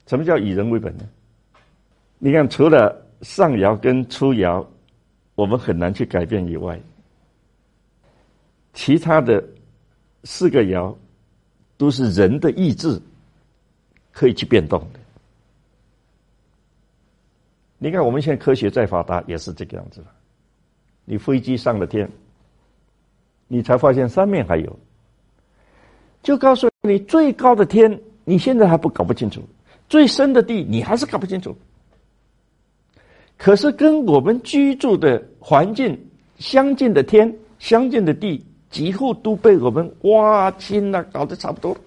什么叫以人为本呢？你看，除了上爻跟初爻我们很难去改变以外，其他的4个爻都是人的意志可以去变动的。你看我们现在科学再发达也是这个样子的，你飞机上了天，你才发现上面还有，就告诉你最高的天你现在还搞不清楚，最深的地你还是搞不清楚。可是跟我们居住的环境相近的天相近的地几乎都被我们挖清了，搞得差不多了。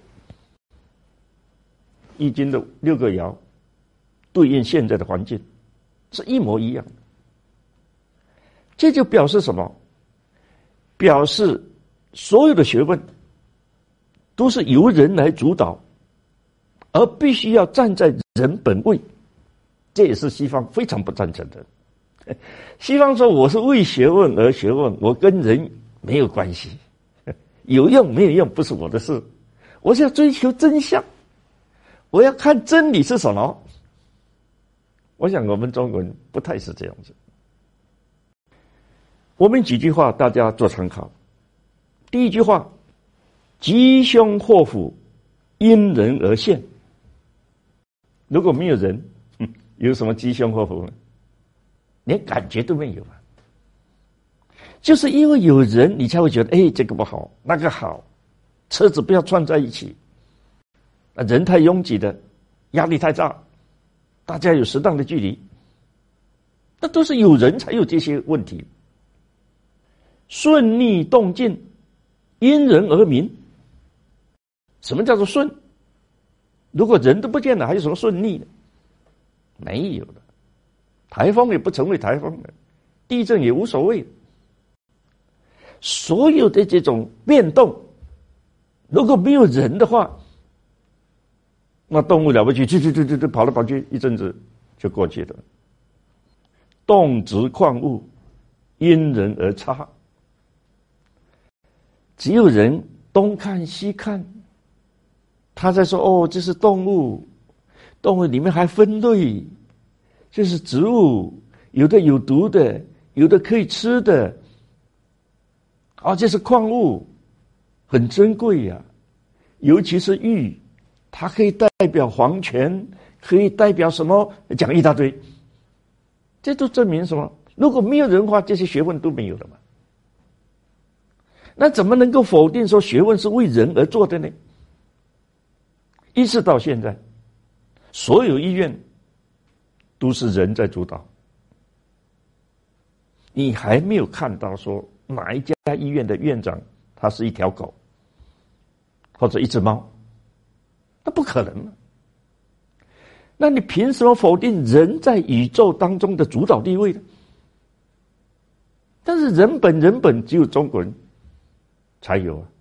易经的6个爻对应现在的环境是一模一样的。这就表示什么？表示所有的学问都是由人来主导，而必须要站在人本位。这也是西方非常不赞成的。西方说我是为学问而学问，我跟人没有关系，有用没有用不是我的事，我是要追求真相，我要看真理是什么。我想我们中国人不太是这样子。我们几句话大家做参考。第一句话，吉凶祸福因人而现。如果没有人，有什么吉凶祸福呢？连感觉都没有啊！就是因为有人，你才会觉得，这个不好，那个好，车子不要串在一起，人太拥挤的，压力太大，大家有适当的距离，那都是有人才有这些问题。顺逆动静，因人而明。什么叫做顺？如果人都不见了，还有什么顺逆呢？没有的，台风也不成为台风了，地震也无所谓。所有的这种变动，如果没有人的话，那动物了不起，去跑来跑去，一阵子就过去了。动植矿物，因人而差。只有人东看西看，他在说这是动物，动物里面还分类，这是植物，有的有毒的，有的可以吃的。这是矿物，很珍贵呀，尤其是玉，它可以代表皇权，可以代表什么，讲一大堆。这都证明什么？如果没有人的话，这些学问都没有了嘛。那怎么能够否定说学问是为人而做的呢？一直到现在，所有医院都是人在主导，你还没有看到说哪一家医院的院长他是一条狗或者一只猫，那不可能啊。那你凭什么否定人在宇宙当中的主导地位呢？但是人本只有中国人才有啊。